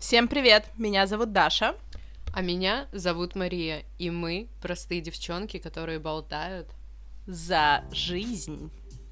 Всем привет, меня зовут Даша. А меня зовут Мария, и мы простые девчонки, которые болтают за жизнь.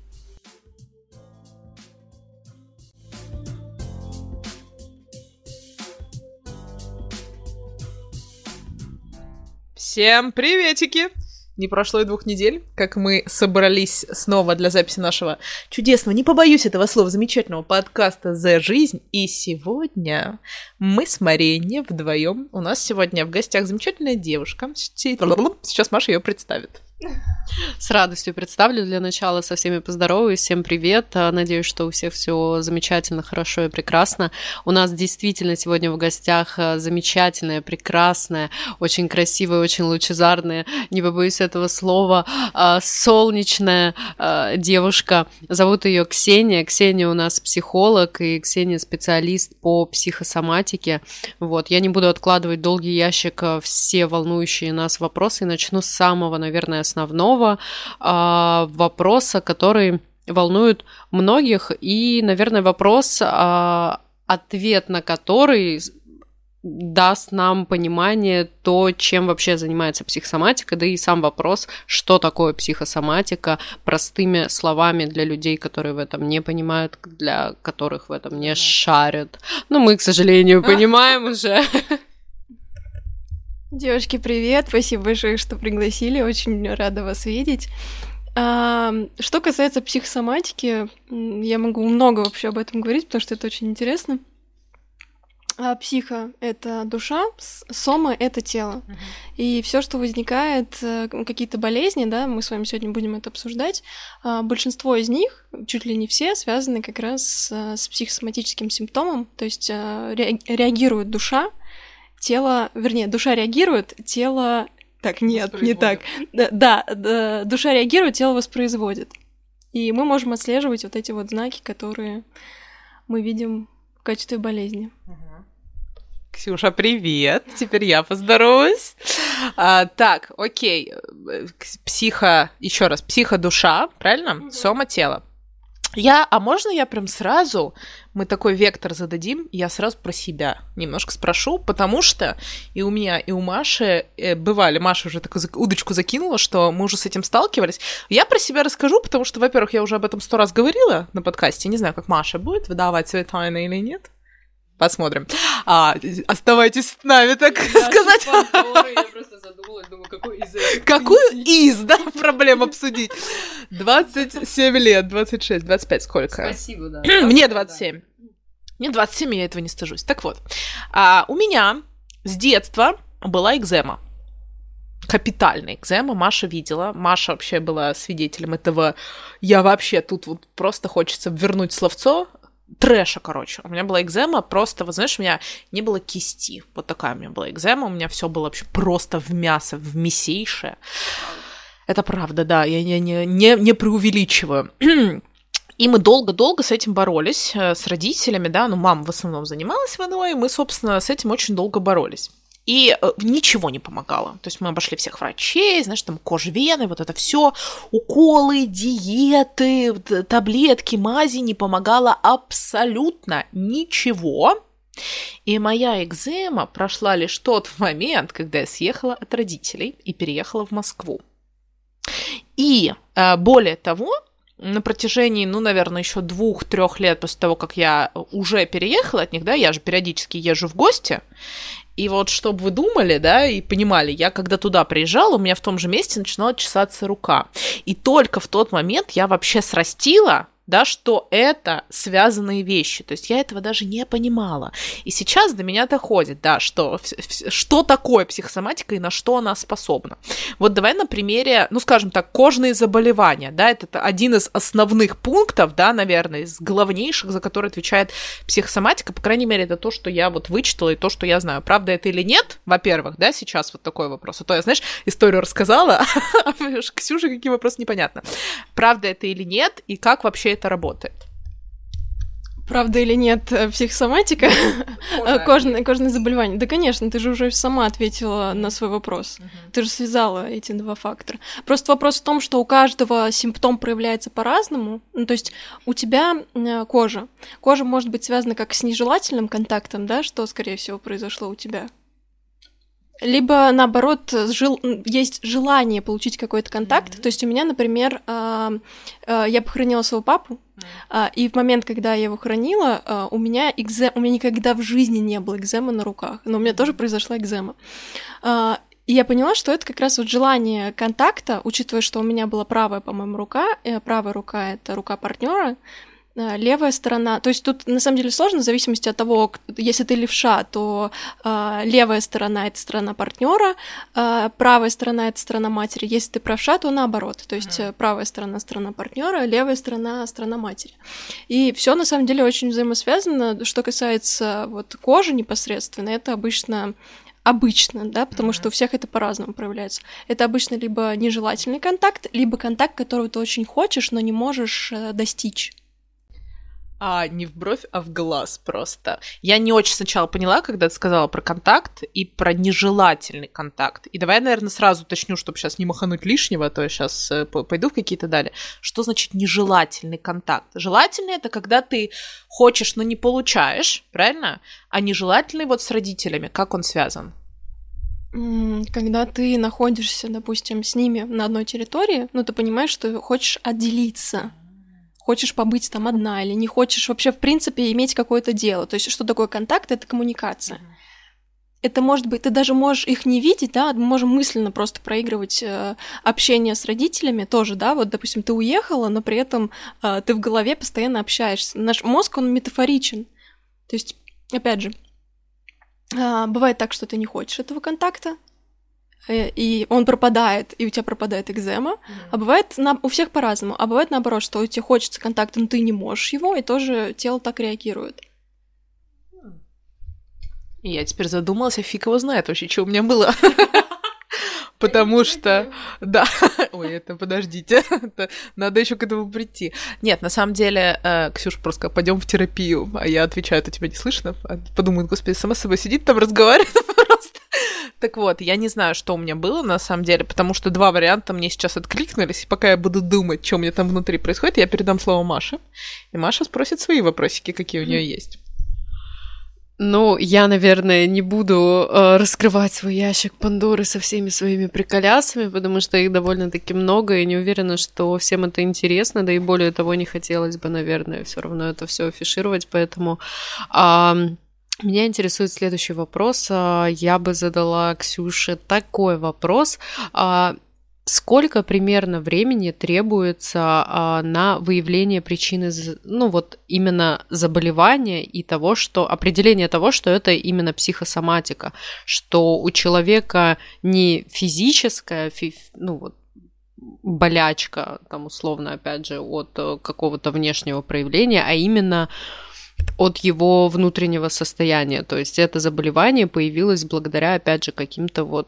Всем приветики! Не прошло и 2 недель, как мы собрались снова для записи нашего чудесного, не побоюсь этого слова, замечательного подкаста «За жизнь». И сегодня мы с Марией не вдвоем. У нас сегодня в гостях замечательная девушка. Сейчас Маша ее представит. С радостью представлю. Для начала со всеми поздороваюсь. Всем привет. Надеюсь, что у всех все замечательно, хорошо и прекрасно. У нас действительно сегодня в гостях замечательная, прекрасная, очень красивая, очень лучезарная, не побоюсь этого слова, солнечная девушка. Зовут ее Ксения. Ксения у нас психолог, и Ксения специалист по психосоматике. Вот. Я не буду откладывать долгий ящик все волнующие нас вопросы и начну с самого, наверное, основного вопроса, который волнует многих, и, наверное, вопрос, ответ на который даст нам понимание то, чем вообще занимается психосоматика, да и сам вопрос, что такое психосоматика, простыми словами для людей, которые в этом не понимают, для которых в этом не шарят. Но мы, к сожалению, понимаем уже. Девушки, привет! Спасибо большое, что пригласили. Очень рада вас видеть. Что касается психосоматики, я могу много вообще об этом говорить, потому что это очень интересно. Психо — это душа, сома — это тело. И все, что возникает, какие-то болезни, да, мы с вами сегодня будем это обсуждать, большинство из них, чуть ли не все, связаны как раз с психосоматическим симптомом, то есть реагирует душа, тело, вернее, душа реагирует, тело... Так, нет, не так. Да, душа реагирует, тело воспроизводит. И мы можем отслеживать вот эти вот знаки, которые мы видим в качестве болезни. Ксюша, привет! Теперь я поздороваюсь. Так, окей. Еще раз, психодуша, правильно? Сома тело. А можно я прям сразу, мы такой вектор зададим, я сразу про себя немножко спрошу, потому что и у меня, и у Маши бывали, Маша уже такую удочку закинула, что мы уже с этим сталкивались. Я про себя расскажу, потому что, во-первых, я уже об этом 100 раз говорила на подкасте, не знаю, как Маша будет выдавать свои тайны или нет. Посмотрим. Оставайтесь с нами, так сказать. Я просто задумалась, думаю, какой из этих? Какую да, проблем обсудить? 27 лет, 26, 25, сколько? Спасибо, да. Мне 27. Мне 27, я этого не стыжусь. Так вот, у меня с детства была экзема. Капитальная экзема, Маша видела. Маша вообще была свидетелем этого. Я вообще тут вот просто хочется вернуть словцо. Трэша, короче. У меня была экзема просто, вот знаешь, у меня не было кисти. Вот такая у меня была экзема. У меня все было вообще просто в мясо, в мясейшее. Это правда, да. Я не преувеличиваю. И мы долго-долго с этим боролись, с родителями, да. Ну, мама в основном занималась водой, и мы, собственно, с этим очень долго боролись. И ничего не помогало. То есть мы обошли всех врачей, знаешь, там кожвены, вот это все, уколы, диеты, таблетки, мази, не помогало абсолютно ничего. И моя экзема прошла лишь тот момент, когда я съехала от родителей и переехала в Москву. И более того, на протяжении, наверное, еще 2-3 лет после того, как я уже переехала от них, да, я же периодически езжу в гости. И вот, чтобы вы думали, да, и понимали, я когда туда приезжала, у меня в том же месте начинала чесаться рука. И только в тот момент я вообще срастила, да, что это связанные вещи. То есть я этого даже не понимала. И сейчас до меня доходит, да, что такое психосоматика и на что она способна. Вот давай на примере, скажем так, кожные заболевания, да, это один из основных пунктов, да, наверное, из главнейших, за которые отвечает психосоматика, по крайней мере, это то, что я вот вычитала и то, что я знаю. Правда это или нет, во-первых, да, сейчас вот такой вопрос. А то я, знаешь, историю рассказала, а Ксюше какие вопросы непонятно. Правда это или нет, и как вообще это работает? Правда или нет, психосоматика, кожные заболевания. Да, конечно, ты же уже сама ответила на свой вопрос. Ты же связала эти два фактора. Просто вопрос в том, что у каждого симптом проявляется по-разному. Ну, то есть у тебя кожа. Кожа может быть связана как с нежелательным контактом, да, что, скорее всего, произошло у тебя. Либо, наоборот, есть желание получить какой-то контакт. То есть у меня, например, я похоронила своего папу, и в момент, когда я его хоронила, у меня никогда в жизни не было экземы на руках, но у меня тоже произошла экзема. И я поняла, что это как раз вот желание контакта, учитывая, что у меня была правая, по-моему, рука, правая рука — это рука партнера, левая сторона, то есть тут на самом деле сложно в зависимости от того, если ты левша, то левая сторона — это сторона партнера, правая сторона — это сторона матери. Если ты правша, то наоборот, то есть правая сторона — сторона партнера, левая сторона — сторона матери. И все на самом деле очень взаимосвязано. Что касается вот кожи непосредственно, это обычно, да, потому что у всех это по-разному проявляется. Это обычно либо нежелательный контакт, либо контакт, которого ты очень хочешь, но не можешь достичь. Не в бровь, а в глаз просто. Я не очень сначала поняла, когда ты сказала про контакт и про нежелательный контакт. И давай я, наверное, сразу уточню, чтобы сейчас не махануть лишнего, а то я сейчас пойду в какие-то далее. Что значит нежелательный контакт? Желательный — это когда ты хочешь, но не получаешь, правильно? А нежелательный вот с родителями, как он связан? Когда ты находишься, допустим, с ними на одной территории, ну, ты понимаешь, что хочешь отделиться. Хочешь побыть там одна или не хочешь вообще, в принципе, иметь какое-то дело. То есть что такое контакт? Это коммуникация. Это может быть, ты даже можешь их не видеть, да, мы можем мысленно просто проигрывать общение с родителями тоже, да, вот, допустим, ты уехала, но при этом ты в голове постоянно общаешься. Наш мозг, он метафоричен. То есть, опять же, бывает так, что ты не хочешь этого контакта, и он пропадает, и у тебя пропадает экзема. А бывает у всех по-разному. А бывает наоборот, что тебе хочется контакта, но ты не можешь его, и тоже тело так реагирует. И я теперь задумалась, фиг его знает вообще, что у меня было. Потому что, да, ой, это подождите, надо еще к этому прийти. Нет, на самом деле, Ксюша просто сказала, пойдем в терапию, а я отвечаю, это тебя не слышно. Подумают, господи, сама с собой сидит там, разговаривает просто. Так вот, я не знаю, что у меня было на самом деле, потому что два варианта мне сейчас откликнулись, и пока я буду думать, что у меня там внутри происходит, я передам слово Маше, и Маша спросит свои вопросики, какие у нее есть. Ну, я, наверное, не буду раскрывать свой ящик Пандоры со всеми своими приколясами, потому что их довольно-таки много, и не уверена, что всем это интересно, да и более того, не хотелось бы, наверное, все равно это все афишировать, поэтому меня интересует следующий вопрос. Я бы задала Ксюше такой вопрос. Сколько примерно времени требуется на выявление причины, ну вот именно заболевания и того, что определение того, что это именно психосоматика, что у человека не физическая, ну вот болячка, там условно, опять же, от какого-то внешнего проявления, а именно от его внутреннего состояния. То есть это заболевание появилось благодаря, опять же, каким-то вот,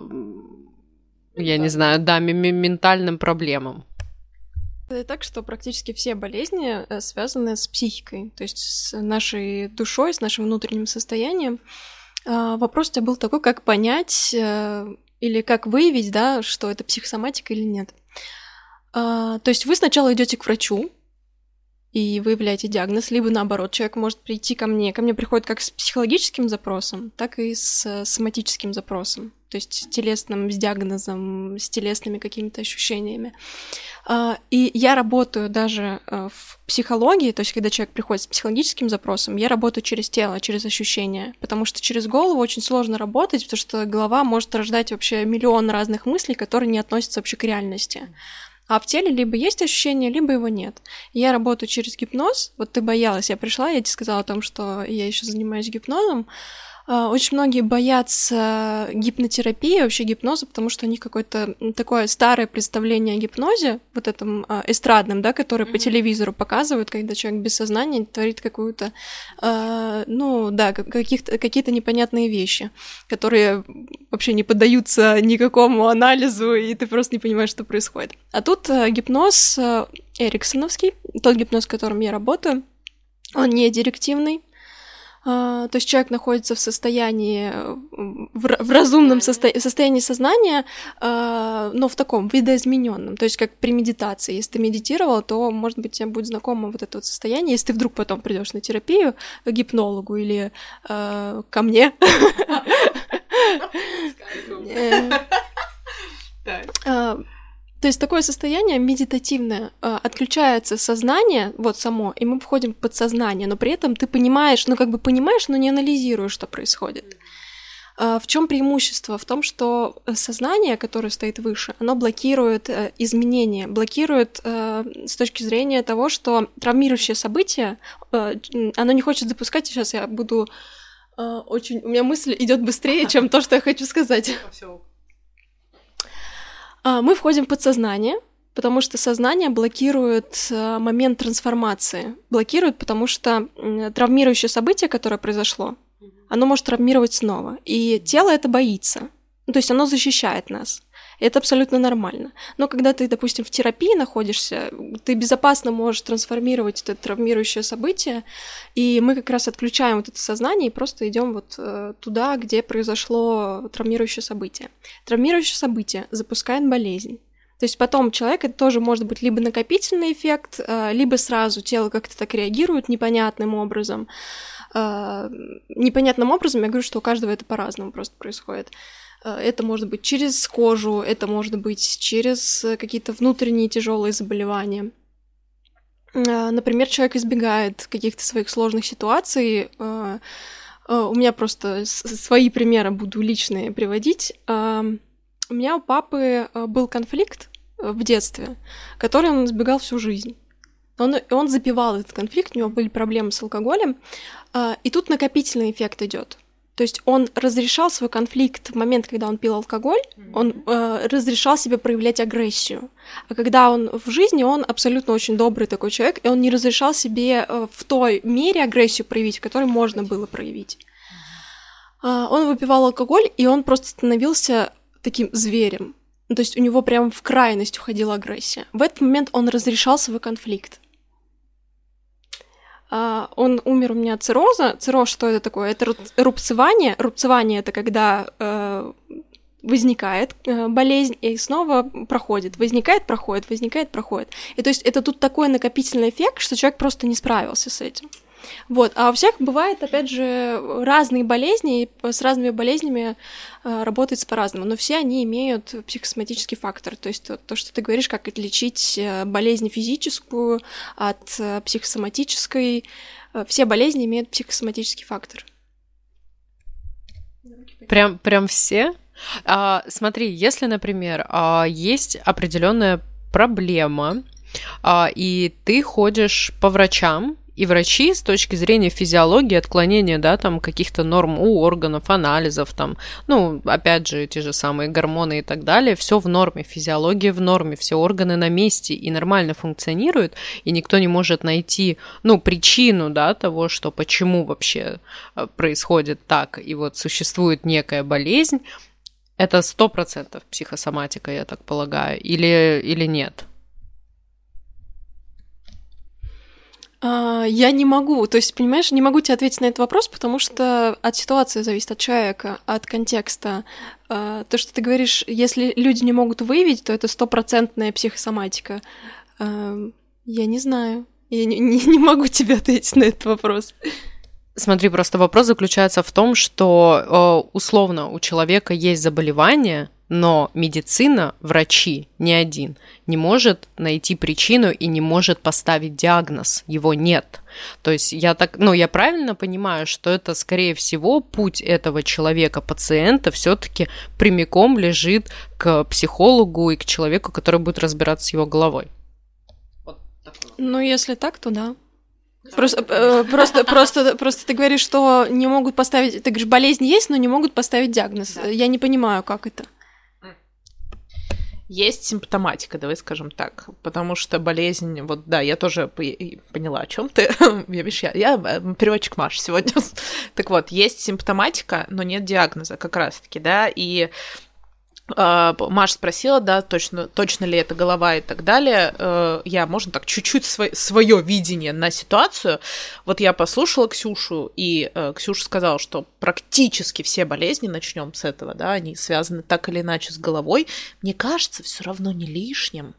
я не знаю, да, ментальным проблемам. Это так, что практически все болезни связаны с психикой, то есть с нашей душой, с нашим внутренним состоянием. Вопрос у тебя был такой, как понять или как выявить, да, что это психосоматика или нет. То есть вы сначала идете к врачу и выявляете диагноз, либо наоборот, человек может прийти ко мне приходит как с психологическим запросом, так и с соматическим запросом, то есть с телесным, с диагнозом, с телесными какими-то ощущениями. И я работаю даже в психологии, то есть когда человек приходит с психологическим запросом, я работаю через тело, через ощущения, потому что через голову очень сложно работать, потому что голова может рождать вообще миллион разных мыслей, которые не относятся вообще к реальности. А в теле либо есть ощущение, либо его нет. Я работаю через гипноз. Вот ты боялась, я пришла, я тебе сказала о том, что я еще занимаюсь гипнозом. Очень многие боятся гипнотерапии, вообще гипноза, потому что у них какое-то такое старое представление о гипнозе, вот этом эстрадном, да, который по телевизору показывают, когда человек без сознания творит какую-то, ну да, какие-то непонятные вещи, которые вообще не поддаются никакому анализу, и ты просто не понимаешь, что происходит. А тут гипноз эриксоновский, тот гипноз, с которым я работаю, он не директивный. То есть человек находится в состоянии, в разумном состоянии сознания, но в таком видоизмененном. То есть как при медитации. Если ты медитировал, то, может быть, тебе будет знакомо вот это вот состояние. Если ты вдруг потом придешь на терапию к гипнологу или ко мне, то есть такое состояние медитативное, отключается сознание, вот само, и мы входим в подсознание, но при этом ты понимаешь, понимаешь, но не анализируешь, что происходит. В чем преимущество? В том, что сознание, которое стоит выше, оно блокирует изменения, блокирует с точки зрения того, что травмирующее событие, оно не хочет запускать, сейчас я буду очень... У меня мысль идет быстрее, чем то, что я хочу сказать. Мы входим в подсознание, потому что сознание блокирует момент трансформации. Блокирует, потому что травмирующее событие, которое произошло, оно может травмировать снова. И тело это боится. То есть оно защищает нас. И это абсолютно нормально. Но когда ты, допустим, в терапии находишься, ты безопасно можешь трансформировать это травмирующее событие, и мы как раз отключаем вот это сознание и просто идем вот туда, где произошло травмирующее событие. Травмирующее событие запускает болезнь. То есть потом у человека это тоже может быть либо накопительный эффект, либо сразу тело как-то так реагирует непонятным образом. Непонятным образом, я говорю, что у каждого это по-разному просто происходит. Это может быть через кожу, это может быть через какие-то внутренние тяжелые заболевания. Например, человек избегает каких-то своих сложных ситуаций. У меня просто свои примеры буду личные приводить. У меня у папы был конфликт в детстве, который он избегал всю жизнь. Он запивал этот конфликт, у него были проблемы с алкоголем, и тут накопительный эффект идет. То есть он разрешал свой конфликт в момент, когда он пил алкоголь, он разрешал себе проявлять агрессию. А когда он в жизни, он абсолютно очень добрый такой человек, и он не разрешал себе в той мере агрессию проявить, в которой можно было проявить. Он выпивал алкоголь, и он просто становился таким зверем. То есть у него прям в крайность уходила агрессия. В этот момент он разрешал свой конфликт. Он умер у меня от цирроза. Цирроз, что это такое? Это рубцевание. Рубцевание — это когда возникает болезнь и снова проходит. Возникает, проходит, возникает, проходит. И то есть это тут такой накопительный эффект, что человек просто не справился с этим. Вот. А у всех бывает, опять же, разные болезни, и с разными болезнями работается по-разному, но все они имеют психосоматический фактор, то есть то, что ты говоришь, как отличить болезнь физическую от психосоматической, все болезни имеют психосоматический фактор. Прям все? Смотри, если, например, есть определенная проблема, и ты ходишь по врачам, и врачи с точки зрения физиологии, отклонения, да, там, каких-то норм у органов, анализов, там, ну, опять же, те же самые гормоны и так далее, все в норме, физиология в норме, все органы на месте и нормально функционируют, и никто не может найти, ну, причину, да, того, что почему вообще происходит так, и вот существует некая болезнь, это 100% психосоматика, я так полагаю, или нет? Я не могу, то есть, понимаешь, не могу тебе ответить на этот вопрос, потому что от ситуации зависит, от человека, от контекста. То, что ты говоришь, если люди не могут выявить, то это 100% психосоматика. Я не знаю, я не могу тебе ответить на этот вопрос. Смотри, просто вопрос заключается в том, что условно у человека есть заболевание, но медицина, врачи, ни один, не может найти причину и не может поставить диагноз, его нет. То есть я правильно понимаю, что это, скорее всего, путь этого человека, пациента, все-таки прямиком лежит к психологу и к человеку, который будет разбираться с его головой. Ну, если так, то да. Просто ты говоришь, что не могут поставить... Ты говоришь, болезнь есть, но не могут поставить диагноз. Да. Я не понимаю, как это. Есть симптоматика, давай скажем так, потому что болезнь, вот да, я тоже поняла, о чем ты. Я переводчик Маша сегодня. Так вот, есть симптоматика, но нет диагноза, как раз-таки, да, и Маша спросила, да, точно ли это голова и так далее. Я, можно так, чуть-чуть свое видение на ситуацию. Вот я послушала Ксюшу, и Ксюша сказала, что практически все болезни, начнем с этого, да, они связаны так или иначе с головой. Мне кажется, все равно не лишним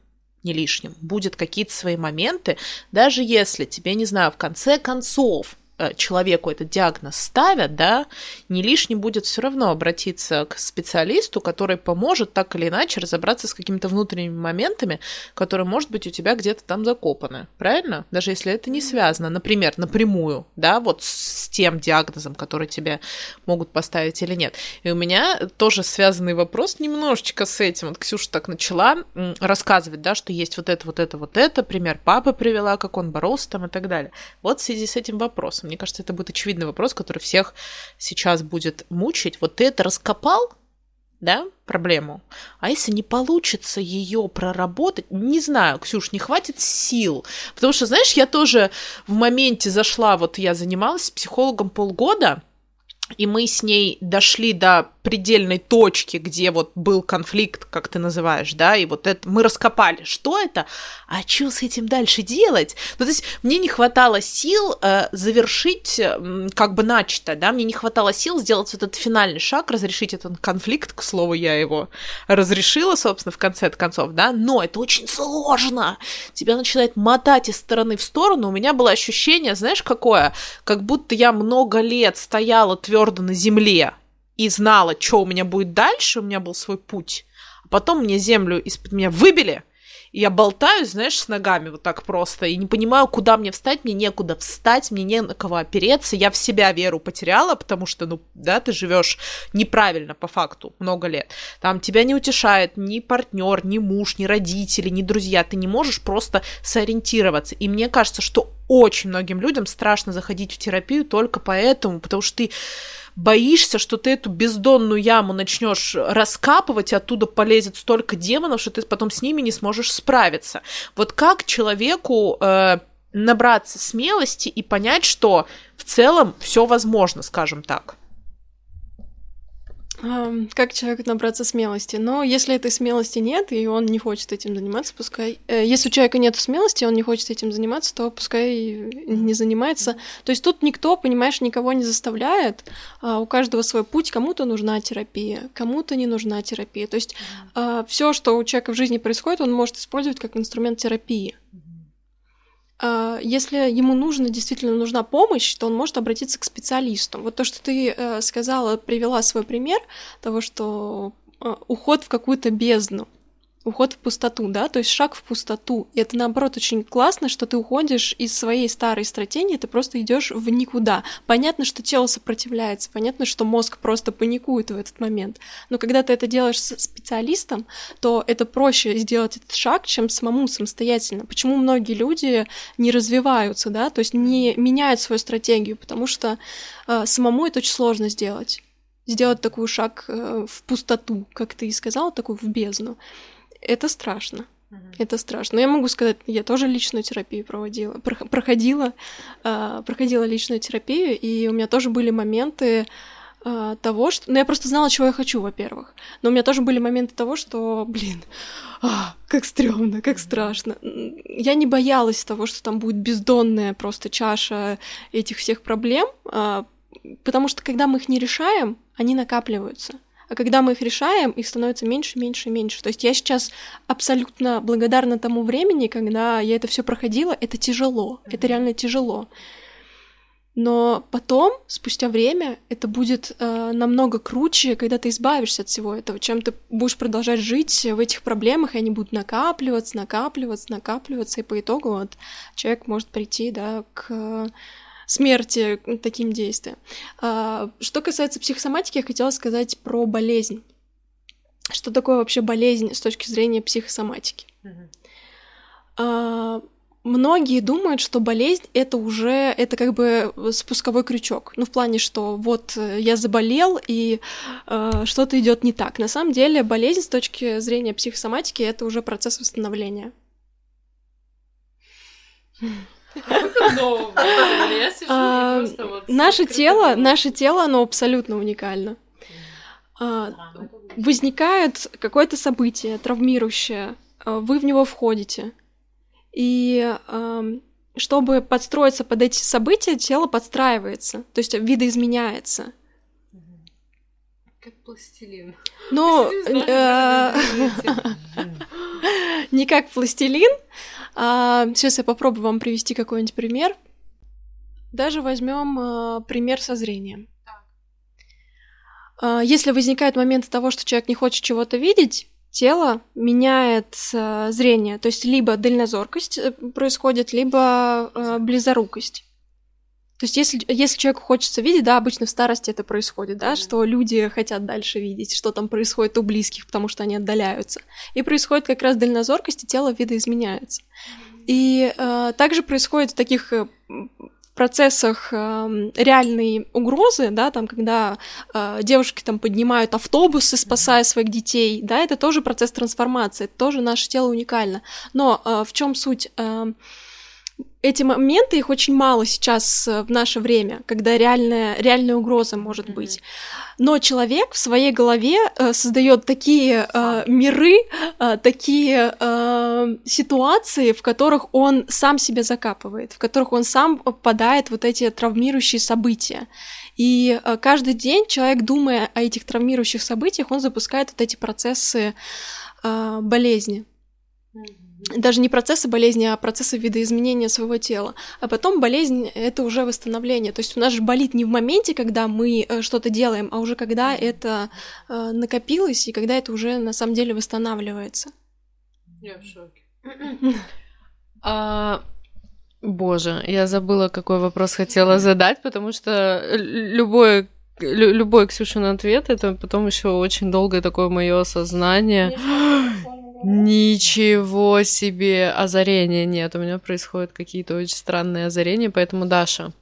будет какие-то свои моменты, даже если тебе, не знаю, в конце концов человеку этот диагноз ставят, да, не лишним будет все равно обратиться к специалисту, который поможет так или иначе разобраться с какими-то внутренними моментами, которые, может быть, у тебя где-то там закопаны, правильно? Даже если это не связано, например, напрямую, да, вот с тем диагнозом, который тебе могут поставить или нет. И у меня тоже связанный вопрос немножечко с этим. Вот Ксюша так начала рассказывать, да, что есть вот это, пример папы привела, как он боролся там и так далее. Вот в связи с этим вопросом. Мне кажется, это будет очевидный вопрос, который всех сейчас будет мучить. Вот ты это раскопал, да, проблему, а если не получится ее проработать, не знаю, Ксюш, не хватит сил, потому что, знаешь, я тоже в моменте зашла, вот я занималась с психологом полгода, и мы с ней дошли до предельной точки, где вот был конфликт, как ты называешь, да, и вот это мы раскопали, что это, а что с этим дальше делать? Ну, то есть мне не хватало сил завершить как бы начатое, да, мне не хватало сил сделать вот этот финальный шаг, разрешить этот конфликт, к слову, я его разрешила, собственно, в конце концов, да, но это очень сложно, тебя начинает мотать из стороны в сторону, у меня было ощущение, знаешь, какое, как будто я много лет стояла твердо на земле, и знала, что у меня будет дальше, у меня был свой путь. А потом мне землю из-под меня выбили, и я болтаюсь, знаешь, с ногами вот так просто, и не понимаю, куда мне встать, мне некуда встать, мне не на кого опереться, я в себя веру потеряла, потому что, ну, да, ты живешь неправильно по факту много лет. Там тебя не утешает ни партнер, ни муж, ни родители, ни друзья, ты не можешь просто сориентироваться. И мне кажется, что очень многим людям страшно заходить в терапию только поэтому, потому что ты боишься, что ты эту бездонную яму начнешь раскапывать, и оттуда полезет столько демонов, что ты потом с ними не сможешь справиться. Вот как человеку набраться смелости и понять, что в целом все возможно, скажем так? Как человеку набраться смелости? Но если этой смелости нет, и он не хочет этим заниматься, пускай... Если у человека нет смелости, он не хочет этим заниматься, то пускай не занимается. То есть тут никто, понимаешь, никого не заставляет. У каждого свой путь. Кому-то нужна терапия, кому-то не нужна терапия. То есть все, что у человека в жизни происходит, он может использовать как инструмент терапии. Если ему действительно нужна помощь, то он может обратиться к специалисту. Вот то, что ты сказала, привела свой пример того, что уход в какую-то бездну, уход в пустоту, да, то есть шаг в пустоту. И это, наоборот, очень классно, что ты уходишь из своей старой стратегии, ты просто идешь в никуда. Понятно, что тело сопротивляется, понятно, что мозг просто паникует в этот момент. Но когда ты это делаешь с специалистом, то это проще сделать этот шаг, чем самому самостоятельно. Почему многие люди не развиваются, да, то есть не меняют свою стратегию, потому что самому это очень сложно сделать. Сделать такой шаг в пустоту, как ты и сказала, такую в бездну. Это страшно. Это страшно. Но я могу сказать, я тоже личную терапию проходила личную терапию, и у меня тоже были моменты того, что... Ну, я просто знала, чего я хочу, во-первых. Но у меня тоже были моменты того, что, как стрёмно, как страшно. Я не боялась того, что там будет бездонная просто чаша этих всех проблем, потому что когда мы их не решаем, они накапливаются. А когда мы их решаем, их становится меньше, меньше, меньше. То есть я сейчас абсолютно благодарна тому времени, когда я это все проходила. Это тяжело, это реально тяжело. Но потом, спустя время, это будет намного круче, когда ты избавишься от всего этого, чем ты будешь продолжать жить в этих проблемах, и они будут накапливаться, и по итогу вот, человек может прийти, да, к смерти таким действием. Что касается психосоматики, я хотела сказать про болезнь. Что такое вообще болезнь с точки зрения психосоматики? Многие думают, что болезнь это как бы спусковой крючок. Ну, в плане, что вот я заболел, и что-то идет не так. На самом деле, болезнь с точки зрения психосоматики это уже процесс восстановления. Наше тело, оно абсолютно уникально. возникает какое-то событие травмирующее, вы в него входите. И чтобы подстроиться под эти события, тело подстраивается, то есть видоизменяется. Как пластилин. Ну, не как пластилин. Сейчас я попробую вам привести какой-нибудь пример. Даже возьмем пример со зрением. Если возникает момент того, что человек не хочет чего-то видеть, тело меняет зрение. То есть либо дальнозоркость происходит, либо близорукость. То есть если человеку хочется видеть, да, обычно в старости это происходит, да, что люди хотят дальше видеть, что там происходит у близких, потому что они отдаляются. И происходит как раз дальнозоркость, и тело видоизменяется. И также происходит в таких процессах реальной угрозы, да, там, когда девушки там поднимают автобусы, спасая своих детей, да, это тоже процесс трансформации, это тоже наше тело уникально. Но в чем суть? Эти моменты, их очень мало сейчас в наше время, когда реальная угроза может быть. Но человек в своей голове создает такие миры, такие ситуации, в которых он сам себя закапывает, в которых он сам попадает в вот эти травмирующие события. И каждый день человек, думая о этих травмирующих событиях, он запускает вот эти процессы болезни. Даже не процессы болезни, а процессы видоизменения своего тела. А потом болезнь — это уже восстановление. То есть у нас же болит не в моменте, когда мы что-то делаем, а уже когда это накопилось, и когда это уже на самом деле восстанавливается. Я в шоке. Боже, я забыла, какой вопрос хотела задать, потому что любой Ксюшин ответ — это потом еще очень долгое такое мое осознание. Ничего себе, озарения нет. У меня происходят какие-то очень странные озарения, поэтому, Даша.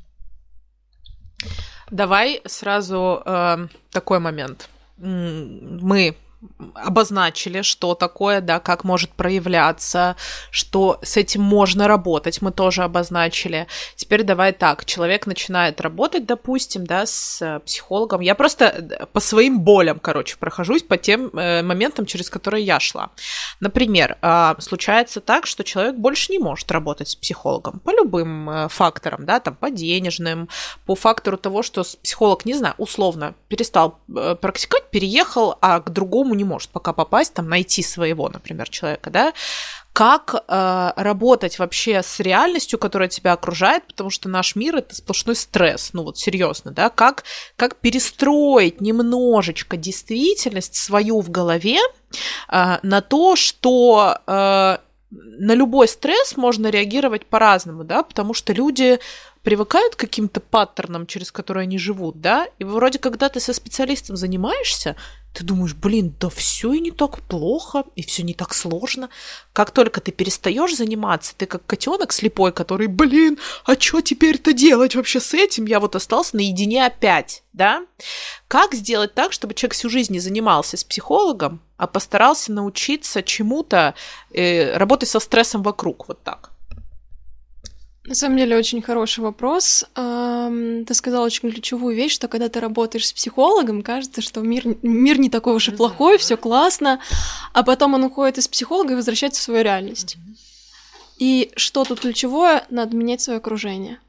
Давай сразу такой момент. Мы обозначили, что такое, да, как может проявляться, что с этим можно работать, мы тоже обозначили. Теперь давай так, человек начинает работать, допустим, да, с психологом. Я просто по своим болям, прохожусь по тем моментам, через которые я шла. Например, случается так, что человек больше не может работать с психологом по любым факторам, да, там, по денежным, по фактору того, что психолог, не знаю, условно перестал практиковать, переехал, а к другому не может пока попасть, там, найти своего, например, человека, да, как работать вообще с реальностью, которая тебя окружает, потому что наш мир — это сплошной стресс, ну вот серьезно, да, как перестроить немножечко действительность свою в голове на то, что на любой стресс можно реагировать по-разному, да, потому что люди привыкают к каким-то паттернам, через которые они живут, да, и вроде когда ты со специалистом занимаешься, ты думаешь, да все и не так плохо, и все не так сложно. Как только ты перестаешь заниматься, ты как котенок слепой, который, а что теперь-то делать вообще с этим? Я вот остался наедине опять, да? Как сделать так, чтобы человек всю жизнь не занимался с психологом, а постарался научиться чему-то, работать со стрессом вокруг, вот так? На самом деле, очень хороший вопрос. Ты сказала очень ключевую вещь, что когда ты работаешь с психологом, кажется, что мир не такой уж и плохой, все классно, а потом он уходит из психолога и возвращается в свою реальность. И что тут ключевое? Надо менять свое окружение.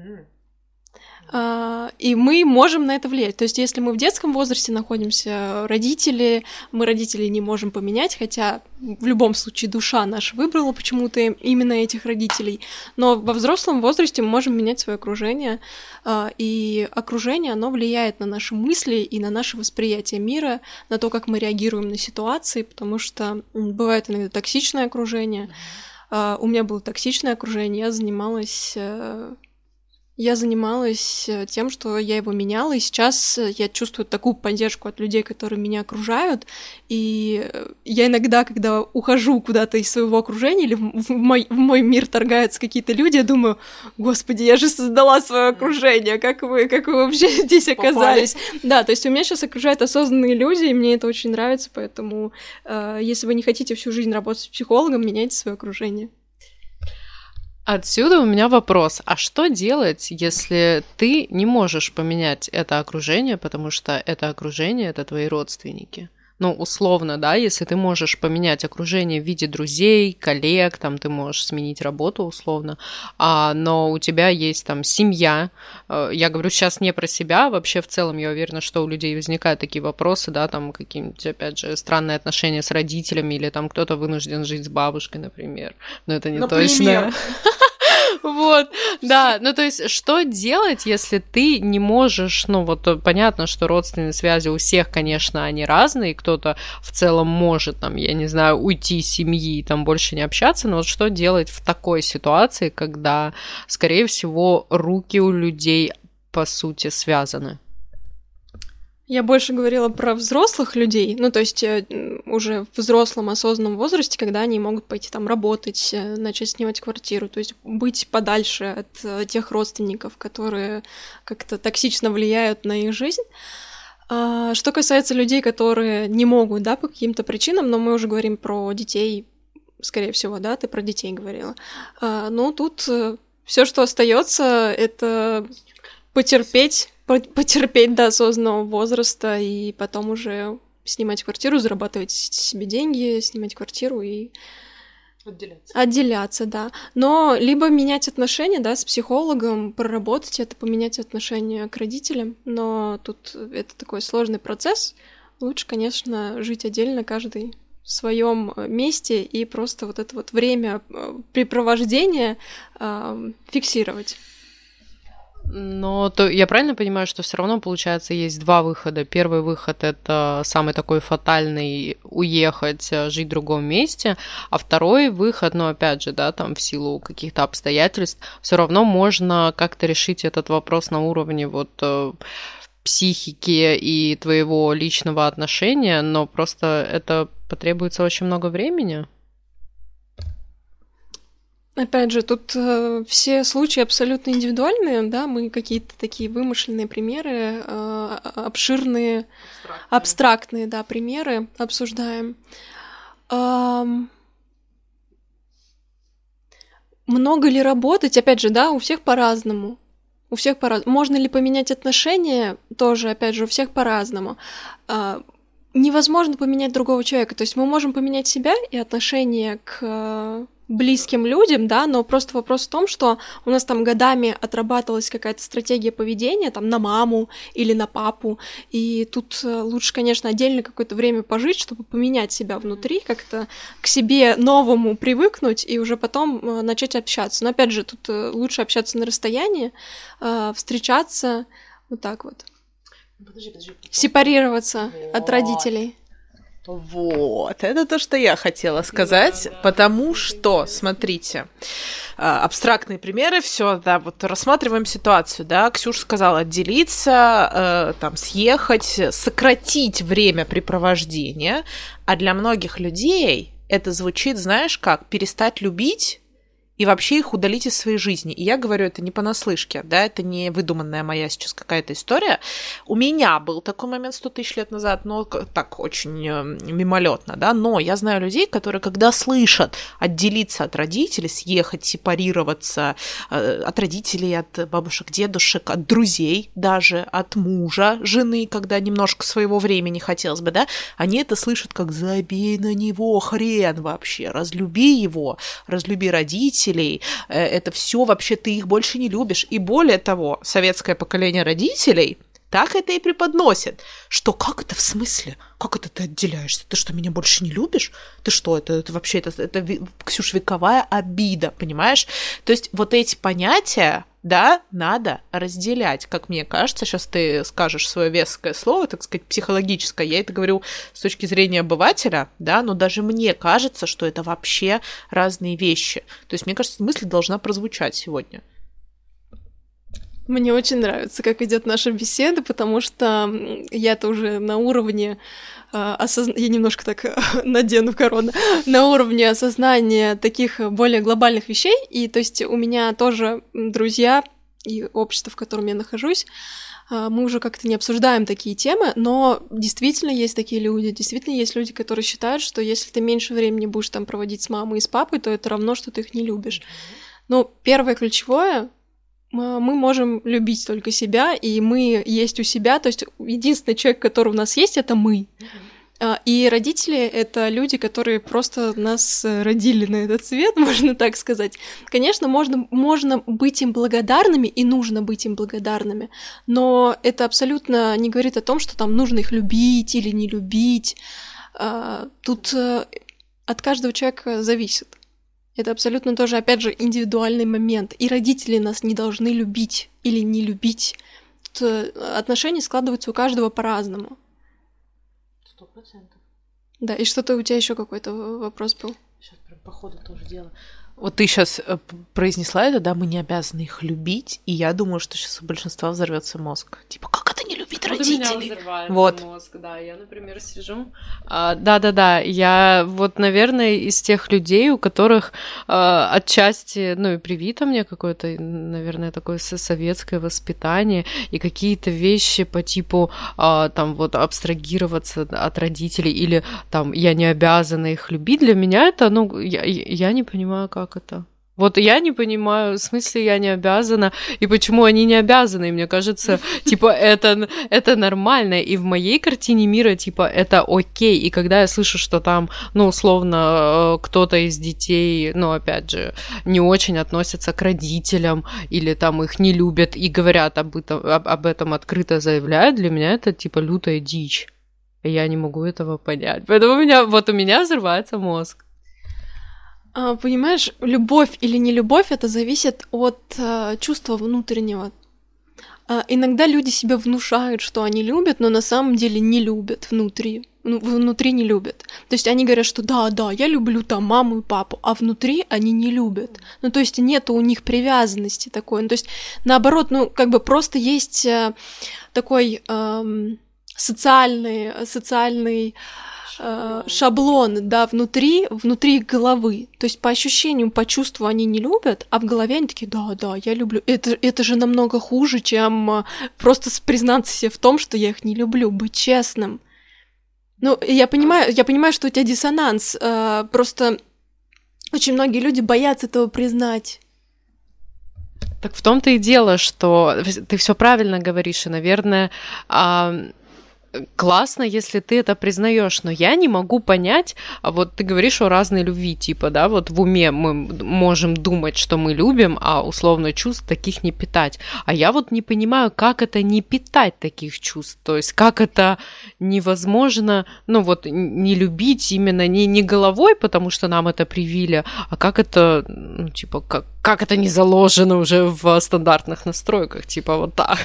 И мы можем на это влиять. То есть, если мы в детском возрасте находимся, мы родителей не можем поменять, хотя в любом случае душа наша выбрала почему-то именно этих родителей. Но во взрослом возрасте мы можем менять свое окружение, и окружение, оно влияет на наши мысли и на наше восприятие мира, на то, как мы реагируем на ситуации, потому что бывает иногда токсичное окружение. У меня было токсичное окружение, я занималась тем, что я его меняла, и сейчас я чувствую такую поддержку от людей, которые меня окружают, и я иногда, когда ухожу куда-то из своего окружения или в мой мир торгаются какие-то люди, я думаю, господи, я же создала свое окружение, как вы вообще здесь оказались? Попали. Да, то есть у меня сейчас окружают осознанные люди, и мне это очень нравится, поэтому если вы не хотите всю жизнь работать с психологом, меняйте свое окружение. Отсюда у меня вопрос. А что делать, если ты не можешь поменять это окружение, потому что это окружение — это твои родственники? Ну, условно, да, если ты можешь поменять окружение в виде друзей, коллег, там ты можешь сменить работу условно, но у тебя есть там семья. Я говорю сейчас не про себя, вообще в целом я уверена, что у людей возникают такие вопросы, да, там какие-нибудь, опять же, странные отношения с родителями или там кто-то вынужден жить с бабушкой, например. Но это не точно. Вот, да, ну то есть, что делать, если ты не можешь, ну вот понятно, что родственные связи у всех, конечно, они разные, кто-то в целом может, там, я не знаю, уйти из семьи и там больше не общаться, но вот что делать в такой ситуации, когда, скорее всего, руки у людей, по сути, связаны? Я больше говорила про взрослых людей, ну, то есть уже в взрослом осознанном возрасте, когда они могут пойти там работать, начать снимать квартиру, то есть быть подальше от тех родственников, которые как-то токсично влияют на их жизнь. Что касается людей, которые не могут, да, по каким-то причинам, но мы уже говорим про детей, скорее всего, да, ты про детей говорила. Ну, тут все, что остается, это потерпеть до осознанного возраста и потом уже снимать квартиру, зарабатывать себе деньги, снимать квартиру и отделяться, да. Но либо менять отношения, да, с психологом, проработать это, поменять отношения к родителям, но тут это такой сложный процесс. Лучше, конечно, жить отдельно, каждый в своем месте и просто вот это вот время препровождения фиксировать. Но я правильно понимаю, что все равно, получается, есть два выхода. Первый выход — это самый такой фатальный — уехать, жить в другом месте, а второй выход, ну, опять же, да, там в силу каких-то обстоятельств, все равно можно как-то решить этот вопрос на уровне вот психики и твоего личного отношения, но просто это потребуется очень много времени. Опять же, тут все случаи абсолютно индивидуальные, да, мы какие-то такие вымышленные примеры, обширные, абстрактные, да, примеры обсуждаем. Много ли работать? Опять же, да, у всех по-разному. Можно ли поменять отношения? Тоже, опять же, у всех по-разному. Невозможно поменять другого человека. То есть мы можем поменять себя и отношение к близким людям, да, но просто вопрос в том, что у нас там годами отрабатывалась какая-то стратегия поведения там на маму или на папу, и тут лучше, конечно, отдельно какое-то время пожить, чтобы поменять себя внутри, как-то к себе новому привыкнуть и уже потом начать общаться. Но опять же, тут лучше общаться на расстоянии, встречаться вот так вот. Подожди. Сепарироваться от родителей. Вот, это то, что я хотела сказать, да. Потому что, смотрите, абстрактные примеры, все, да, вот рассматриваем ситуацию, да, Ксюша сказала отделиться, там, съехать, сократить времяпрепровождения, а для многих людей это звучит, знаешь как, перестать любить и вообще их удалить из своей жизни. И я говорю, это не понаслышке, да, это не выдуманная моя сейчас какая-то история. У меня был такой момент 100 тысяч лет назад, но так очень мимолетно, да, но я знаю людей, которые, когда слышат отделиться от родителей, съехать, сепарироваться от родителей, от бабушек, дедушек, от друзей даже, от мужа, жены, когда немножко своего времени хотелось бы, да, они это слышат как «забей на него, хрен вообще, разлюби его, разлюби родителей», это все вообще ты их больше не любишь. И более того, советское поколение родителей так это и преподносит, что как это в смысле? Как это ты отделяешься? Ты что, меня больше не любишь? Ты что, это вообще, это Ксюш, вековая обида, понимаешь? То есть вот эти понятия, да, надо разделять, как мне кажется. Сейчас ты скажешь свое веское слово, так сказать, психологическое. Я это говорю с точки зрения обывателя, да, но даже мне кажется, что это вообще разные вещи. То есть, мне кажется, мысль должна прозвучать сегодня. Мне очень нравится, как идет наша беседа, потому что я-то уже на уровне я немножко так надену корону, на уровне осознания таких более глобальных вещей, и то есть у меня тоже друзья и общество, в котором я нахожусь, мы уже как-то не обсуждаем такие темы, но действительно есть такие люди, действительно есть люди, которые считают, что если ты меньше времени будешь там проводить с мамой и с папой, то это равно, что ты их не любишь. Но первое ключевое, мы можем любить только себя, и мы есть у себя, то есть единственный человек, который у нас есть, это мы. И родители — это люди, которые просто нас родили на этот свет, можно так сказать. Конечно, можно быть им благодарными, и нужно быть им благодарными, но это абсолютно не говорит о том, что там нужно их любить или не любить. Тут от каждого человека зависит. Это абсолютно тоже, опять же, индивидуальный момент. И родители нас не должны любить или не любить. Тут отношения складываются у каждого по-разному. 100%. Да, и что-то у тебя еще какой-то вопрос был? Сейчас прям по ходу тоже дело. Вот ты сейчас произнесла это, да, мы не обязаны их любить, и я думаю, что сейчас у большинства взорвется мозг. Типа, как это не любить родителей? У меня взрывается вот. мозг, да. Я, например, сижу. Да. Я вот, наверное, из тех людей, у которых отчасти, ну и привито мне какое-то, наверное, такое советское воспитание и какие-то вещи по типу там вот абстрагироваться от родителей или там я не обязана их любить. Для меня это, ну, я не понимаю, как это. Вот я не понимаю, в смысле я не обязана, и почему они не обязаны. И мне кажется, типа, это нормально, и в моей картине мира, типа, это окей. И когда я слышу, что там, ну, условно, кто-то из детей, ну, опять же, не очень относятся к родителям, или там их не любят, и говорят об этом открыто заявляют, для меня это, типа, лютая дичь. И я не могу этого понять. Поэтому у меня взрывается мозг. Понимаешь, любовь или не любовь, это зависит от чувства внутреннего. Иногда люди себе внушают, что они любят, но на самом деле не любят внутри. Внутри не любят. То есть они говорят, что да, я люблю там маму и папу, а внутри они не любят. Ну, то есть нету у них привязанности такой. Ну, то есть наоборот, ну, как бы просто есть такой социальный шаблон, да, внутри головы. То есть по ощущению, по чувству они не любят, а в голове они такие, да, я люблю. Это же намного хуже, чем просто признаться себе в том, что я их не люблю, быть честным. Ну, я понимаю, что у тебя диссонанс. Просто очень многие люди боятся этого признать. Так в том-то и дело, что ты все правильно говоришь, и, наверное, классно, если ты это признаешь, но я не могу понять, вот ты говоришь о разной любви, типа, да, вот в уме мы можем думать, что мы любим, а условно чувств таких не питать. А я вот не понимаю, как это не питать таких чувств, то есть как это невозможно, ну вот не любить именно не головой, потому что нам это привили, а как это, ну, типа, как это не заложено уже в стандартных настройках, типа вот так.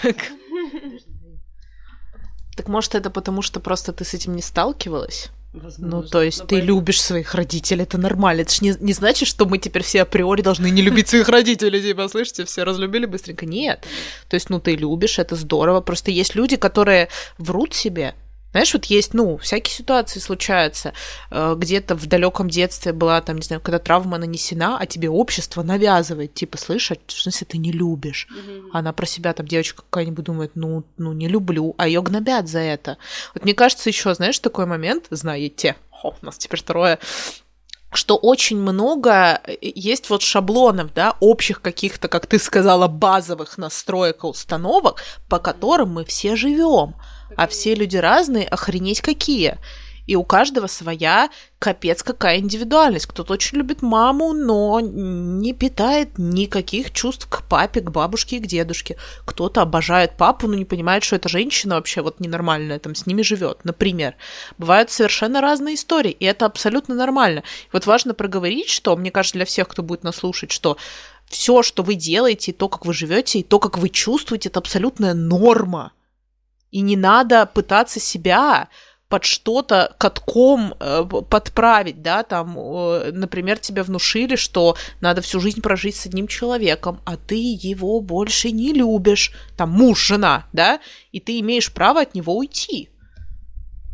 Так может, это потому, что просто ты с этим не сталкивалась? Возможно. Ну, то есть ты любишь своих родителей, это нормально. Это ж не значит, что мы теперь все априори должны не любить своих родителей. Типа, слышите, все разлюбили быстренько. Нет. То есть, ну, ты любишь, это здорово. Просто есть люди, которые врут себе. Знаешь, вот есть, ну, всякие ситуации случаются. Где-то в далеком детстве была, там, не знаю, когда травма нанесена, а тебе общество навязывает, типа, слышь, в смысле, ты не любишь. Она про себя, там, девочка какая-нибудь думает, ну, не люблю, а ее гнобят за это. Вот мне кажется, еще, знаешь, такой момент, знаете, у нас теперь второе, что очень много есть вот шаблонов, да, общих каких-то, как ты сказала, базовых настроек и установок, по которым мы все живем. А все люди разные, охренеть какие. И у каждого своя капец какая индивидуальность. Кто-то очень любит маму, но не питает никаких чувств к папе, к бабушке и к дедушке. Кто-то обожает папу, но не понимает, что эта женщина вообще вот ненормальная, там с ними живет. Например, бывают совершенно разные истории, и это абсолютно нормально. И вот важно проговорить, что, мне кажется, для всех, кто будет нас слушать, что все, что вы делаете, и то, как вы живете, и то, как вы чувствуете, это абсолютная норма. И не надо пытаться себя под что-то катком подправить, да, там, например, тебе внушили, что надо всю жизнь прожить с одним человеком, а ты его больше не любишь, там, муж, жена, да, и ты имеешь право от него уйти.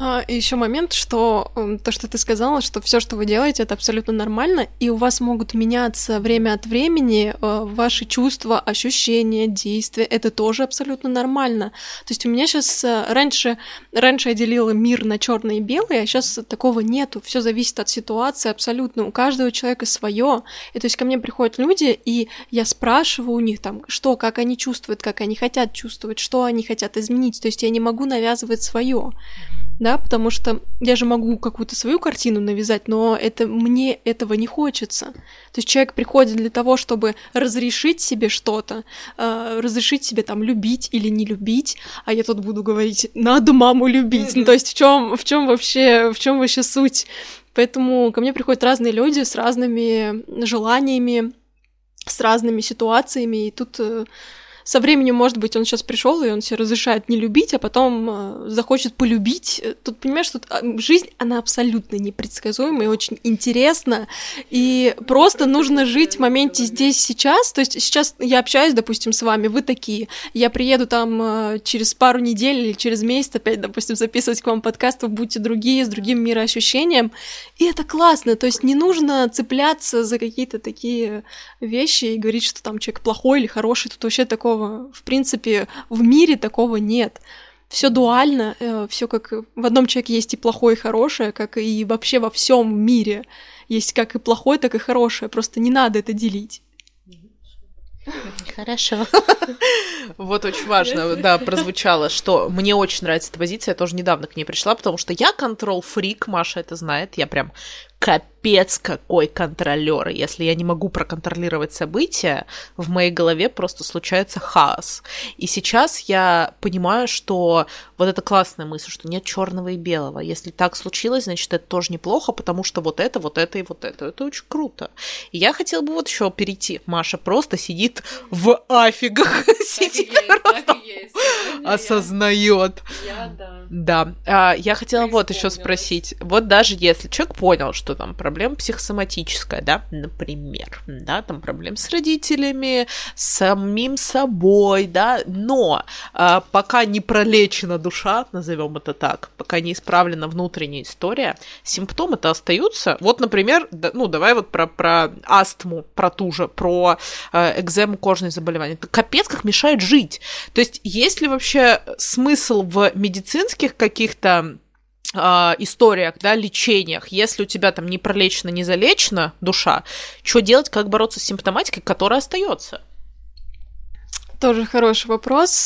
И еще момент, что то, что ты сказала, что все, что вы делаете, это абсолютно нормально, и у вас могут меняться время от времени ваши чувства, ощущения, действия. Это тоже абсолютно нормально. То есть у меня сейчас раньше я делила мир на черное и белое, а сейчас такого нету. Все зависит от ситуации абсолютно. У каждого человека свое. И то есть ко мне приходят люди, и я спрашиваю у них там, что, как они чувствуют, как они хотят чувствовать, что они хотят изменить. То есть я не могу навязывать свое. Да, потому что я же могу какую-то свою картину навязать, но мне этого не хочется. То есть человек приходит для того, чтобы разрешить себе что-то, разрешить себе там любить или не любить, а я тут буду говорить, надо маму любить. Ну, то есть в чем вообще суть? Поэтому ко мне приходят разные люди с разными желаниями, с разными ситуациями, и тут со временем, может быть, он сейчас пришел и он себе разрешает не любить, а потом захочет полюбить. Тут, понимаешь, тут жизнь, она абсолютно непредсказуема и очень интересна, и просто нужно жить в моменте здесь, сейчас. То есть сейчас я общаюсь, допустим, с вами, вы такие, я приеду там через пару недель или через месяц опять, допустим, записывать к вам подкаст, вы будете другие, с другим мироощущением, и это классно. То есть не нужно цепляться за какие-то такие вещи и говорить, что там человек плохой или хороший. Тут вообще такого, в принципе, в мире такого нет. Все дуально, все как в одном человеке есть и плохое, и хорошее, как и вообще во всем мире есть как и плохое, так и хорошее. Просто не надо это делить. Хорошо. Вот очень важно, да, прозвучало, что мне очень нравится эта позиция, я тоже недавно к ней пришла, потому что я контрол-фрик, Маша это знает, я прям капец какой контролер. Если я не могу проконтролировать события, в моей голове просто случается хаос. И сейчас я понимаю, что вот это классная мысль, что нет черного и белого. Если так случилось, значит, это тоже неплохо, потому что вот это и вот это. Это очень круто. И я хотела бы вот еще перейти. Маша просто сидит в афигах. Сидит просто осознает. Да. Я хотела вот еще спросить. Вот даже если человек понял, что там проблема психосоматическая, да, например, да, там проблем с родителями, с самим собой, да, но пока не пролечена душа, назовем это так, пока не исправлена внутренняя история, симптомы-то остаются. Вот, например, ну, давай вот про астму, про ту же, про экзему, кожные заболевания. Это капец как мешает жить. То есть есть ли вообще смысл в медицинских каких-то историях, да, лечениях, если у тебя там не пролечена, не залечена душа, что делать, как бороться с симптоматикой, которая остается? Тоже хороший вопрос.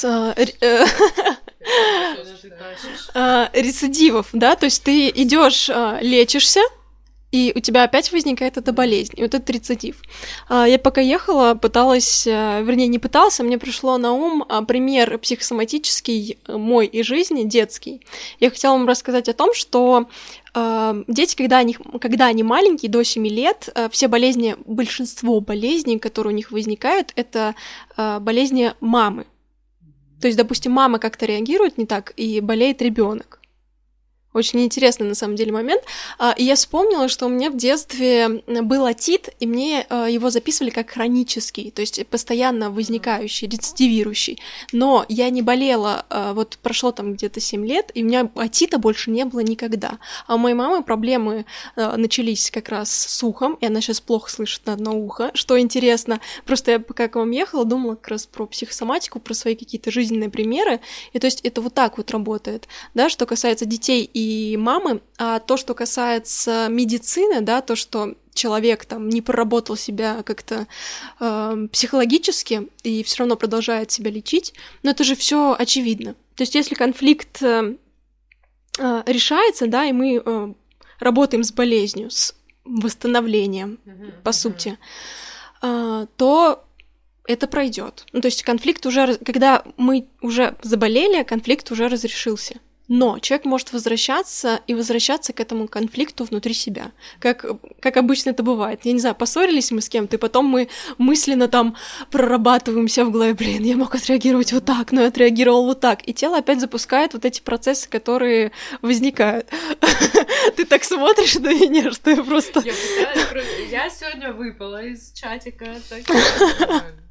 Рецидивов, да, то есть ты идешь, лечишься, и у тебя опять возникает эта болезнь, и вот этот рецидив. Я пока ехала, пыталась, вернее, не пыталась, а мне пришло на ум пример психосоматический мой из жизни, детский. Я хотела вам рассказать о том, что дети, когда они маленькие, до 7 лет, все болезни, большинство болезней, которые у них возникают, это болезни мамы. То есть, допустим, мама как-то реагирует не так, и болеет ребенок. Очень интересный, на самом деле, момент. И я вспомнила, что у меня в детстве был отит, и мне его записывали как хронический, то есть постоянно возникающий, рецидивирующий. Но я не болела, вот прошло там где-то 7 лет, и у меня отита больше не было никогда. А у моей мамы проблемы начались как раз с ухом, и она сейчас плохо слышит на одно ухо, что интересно. Просто я пока к вам ехала, думала как раз про психосоматику, про свои какие-то жизненные примеры, и то есть это вот так вот работает, да, что касается детей и мамы, а то, что касается медицины, да, то, что человек там не проработал себя как-то психологически и все равно продолжает себя лечить, но это же все очевидно. То есть если конфликт решается, да, и мы работаем с болезнью, с восстановлением, по сути, то это пройдет. Ну, то есть конфликт уже, когда мы уже заболели, конфликт уже разрешился. Но человек может возвращаться к этому конфликту внутри себя, как обычно это бывает. Я не знаю, поссорились мы с кем-то, и потом мы мысленно там прорабатываем себя в голове, блин, я мог отреагировать вот так, но я отреагировал вот так. И тело опять запускает вот эти процессы, которые возникают. Ты так смотришь на меня, что я просто... Я сегодня выпала из чатика.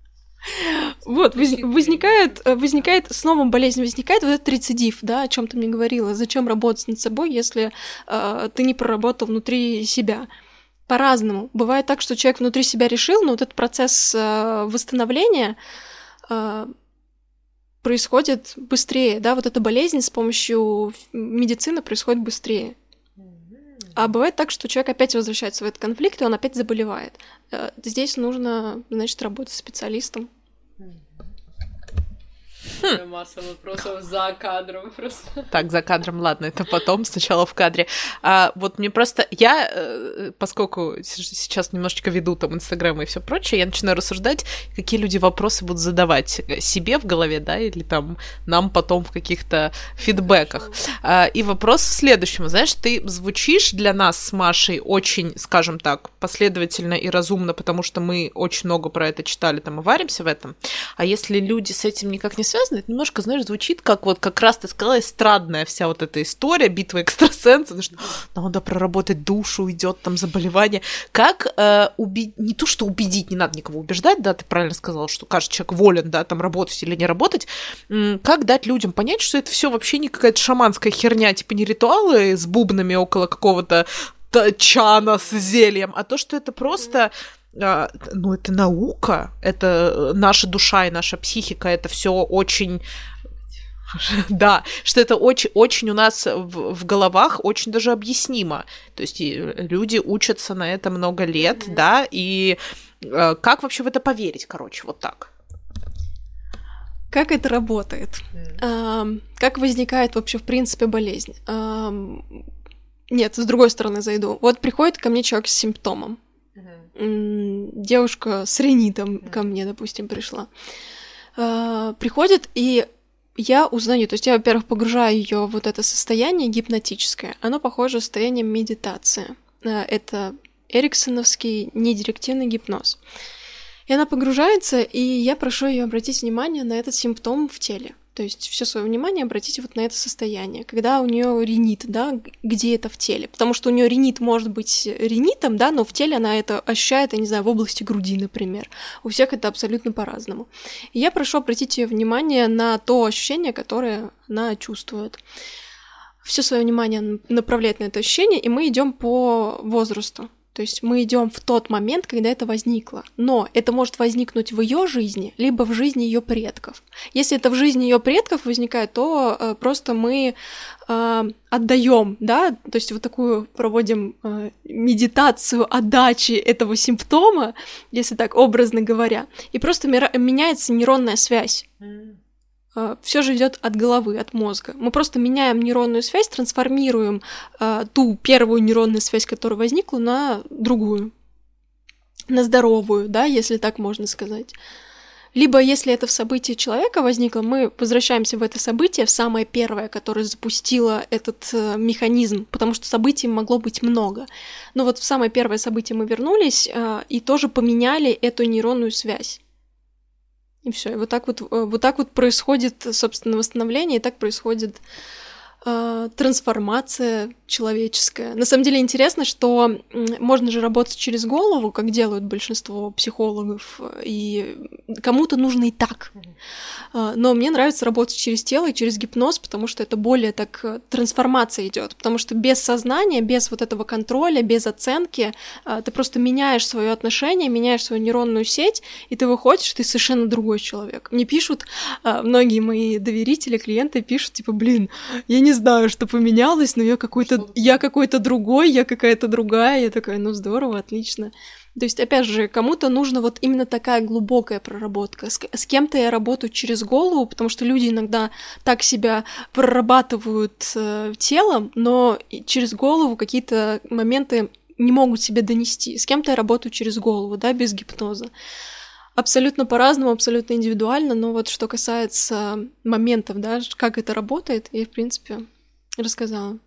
Вот, возникает снова болезнь, возникает вот этот рецидив, да, о чем ты мне говорила. Зачем работать над собой, если ты не проработал внутри себя? По-разному. Бывает так, что человек внутри себя решил, но вот этот процесс восстановления происходит быстрее, да, вот эта болезнь с помощью медицины происходит быстрее. А бывает так, что человек опять возвращается в этот конфликт, и он опять заболевает. Здесь нужно, значит, работать с специалистом. Масса вопросов за кадром просто. Так, за кадром, ладно, это потом, сначала в кадре. Вот мне просто... поскольку сейчас немножечко веду там Инстаграм и все прочее, я начинаю рассуждать, какие люди вопросы будут задавать себе в голове, да, или там нам потом в каких-то фидбэках. И вопрос в следующем. Знаешь, ты звучишь для нас с Машей очень, скажем так, последовательно и разумно, потому что мы очень много про это читали там и варимся в этом. А если люди с этим никак не связаны, это немножко, знаешь, звучит как раз ты сказала, эстрадная вся вот эта история, битва экстрасенсов, что надо проработать душу, идет там заболевание. Как не то, что убедить, не надо никого убеждать, да, ты правильно сказала, что каждый человек волен, да, там работать или не работать. Как дать людям понять, что это все вообще не какая-то шаманская херня, типа не ритуалы с бубнами около какого-то чана с зельем, а то, что это просто... это наука, это наша душа и наша психика, это все очень... Да, что это очень у нас в головах очень даже объяснимо. То есть люди учатся на это много лет, да, и как вообще в это поверить, короче, вот так? Как это работает? Как возникает вообще, в принципе, болезнь? Нет, с другой стороны зайду. Вот приходит ко мне человек с симптомом. Девушка с ринитом ко мне, допустим, пришла. Приходит, и я узнаю, то есть я, во-первых, погружаю ее в вот это состояние гипнотическое. Оно похоже на состояние медитации. Это эриксоновский недирективный гипноз. И она погружается, и я прошу ее обратить внимание на этот симптом в теле. То есть все свое внимание обратите вот на это состояние. Когда у нее ринит, да, где это в теле? Потому что у нее ринит может быть ринитом, да, но в теле она это ощущает, я не знаю, в области груди, например. У всех это абсолютно по-разному. И я прошу обратить ее внимание на то ощущение, которое она чувствует. Все свое внимание направлять на это ощущение, и мы идем по возрасту. То есть мы идем в тот момент, когда это возникло. Но это может возникнуть в ее жизни, либо в жизни ее предков. Если это в жизни ее предков возникает, то просто мы отдаем, да, то есть вот такую проводим медитацию отдачи этого симптома, если так образно говоря, и просто меняется нейронная связь. Все же идет от головы, от мозга. Мы просто меняем нейронную связь, трансформируем ту первую нейронную связь, которая возникла, на другую, на здоровую, да, если так можно сказать. Либо, если это в событии человека возникло, мы возвращаемся в это событие, в самое первое, которое запустило этот механизм, потому что событий могло быть много. Но вот в самое первое событие мы вернулись и тоже поменяли эту нейронную связь. И все, и вот так вот происходит, собственно, восстановление, и так происходит трансформация человеческая. На самом деле интересно, что можно же работать через голову, как делают большинство психологов, и кому-то нужно и так. Но мне нравится работать через тело и через гипноз, потому что это более так трансформация идет, потому что без сознания, без вот этого контроля, без оценки ты просто меняешь свое отношение, меняешь свою нейронную сеть, и ты выходишь, ты совершенно другой человек. Мне пишут, многие мои доверители, клиенты пишут, типа, блин, я не знаю, что поменялось, но я какой-то другой, я какая-то другая. Я такая, ну здорово, отлично. То есть, опять же, кому-то нужна вот именно такая глубокая проработка. С кем-то я работаю через голову, потому что люди иногда так себя прорабатывают телом, но через голову какие-то моменты не могут себе донести. С кем-то я работаю через голову, да, без гипноза. Абсолютно по-разному, абсолютно индивидуально, но вот что касается моментов, да, как это работает, я, в принципе, рассказала.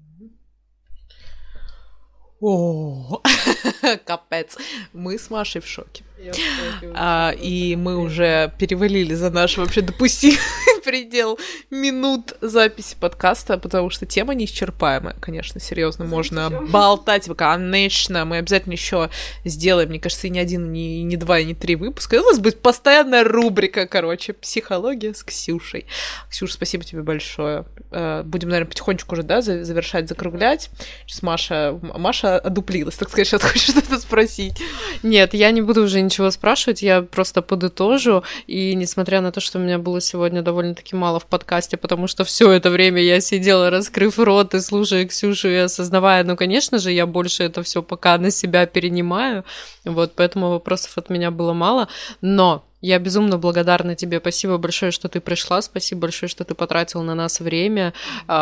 О, капец. Мы с Машей в шоке. И мы уже перевалили за наш вообще предел минут записи подкаста, потому что тема неисчерпаемая, конечно, серьезно, можно болтать. Конечно, мы обязательно еще сделаем, мне кажется, и не один, не два, и не три выпуска. У нас будет постоянная рубрика, короче, психология с Ксюшей. Ксюша, спасибо тебе большое. Будем, наверное, потихонечку уже, да, завершать, закруглять. Сейчас Маша одуплилась, так сказать, сейчас хочешь что-то спросить. Нет, я не буду уже ничего спрашивать, я просто подытожу. И несмотря на то, что у меня было сегодня довольно-таки мало в подкасте, потому что все это время я сидела, раскрыв рот и слушая Ксюшу и осознавая, ну, конечно же, я больше это все пока на себя перенимаю. Вот, поэтому вопросов от меня было мало. Но я безумно благодарна тебе. Спасибо большое, что ты пришла. Спасибо большое, что ты потратила на нас время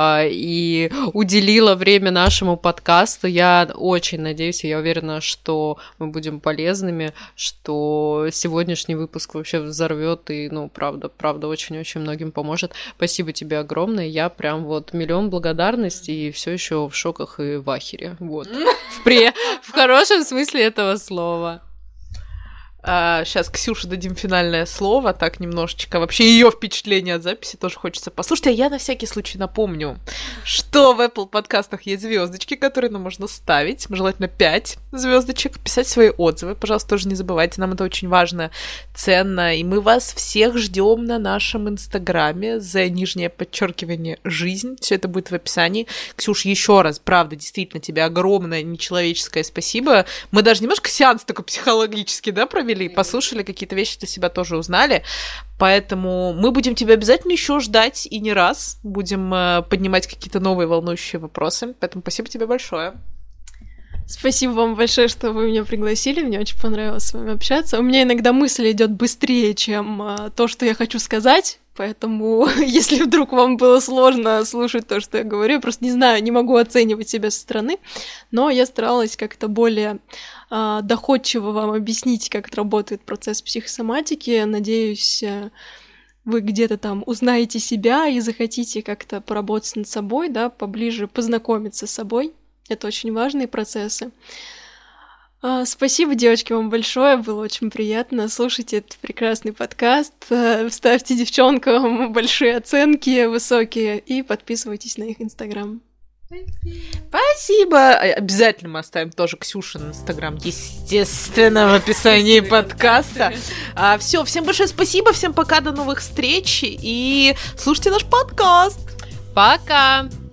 и уделила время нашему подкасту. Я очень надеюсь, и я уверена, что мы будем полезными, что сегодняшний выпуск вообще взорвет и, ну, правда, очень-очень многим поможет. Спасибо тебе огромное. Я прям вот миллион благодарностей и все еще в шоках и в ахере. Вот. В хорошем смысле этого слова. Сейчас Ксюше дадим финальное слово, так немножечко. Вообще ее впечатление от записи тоже хочется послушать. А я на всякий случай напомню, что в Apple подкастах есть звездочки, которые нам можно ставить, желательно 5 звездочек, писать свои отзывы. Пожалуйста, тоже не забывайте, нам это очень важно, ценно. И мы вас всех ждем на нашем инстаграме _, жизнь. Все это будет в описании. Ксюш, еще раз, правда, действительно, тебе огромное нечеловеческое спасибо. Мы даже немножко сеанс такой психологический, да, провели, послушали, какие-то вещи для себя тоже узнали. Поэтому мы будем тебя обязательно еще ждать и не раз. Будем поднимать какие-то новые волнующие вопросы. Поэтому спасибо тебе большое. Спасибо вам большое, что вы меня пригласили. Мне очень понравилось с вами общаться. У меня иногда мысль идет быстрее, чем то, что я хочу сказать. Поэтому, если вдруг вам было сложно слушать то, что я говорю, я просто не знаю, не могу оценивать себя со стороны, но я старалась как-то более доходчиво вам объяснить, как работает процесс психосоматики. Надеюсь, вы где-то там узнаете себя и захотите как-то поработать над собой, да, поближе познакомиться с собой. Это очень важные процессы. Спасибо, девочки, вам большое, было очень приятно. Слушайте этот прекрасный подкаст, ставьте девчонкам большие оценки, высокие, и подписывайтесь на их инстаграм. Спасибо! Обязательно мы оставим тоже Ксюшин инстаграм, естественно, в описании подкаста. Все, всем большое спасибо, всем пока, до новых встреч, и слушайте наш подкаст. Пока!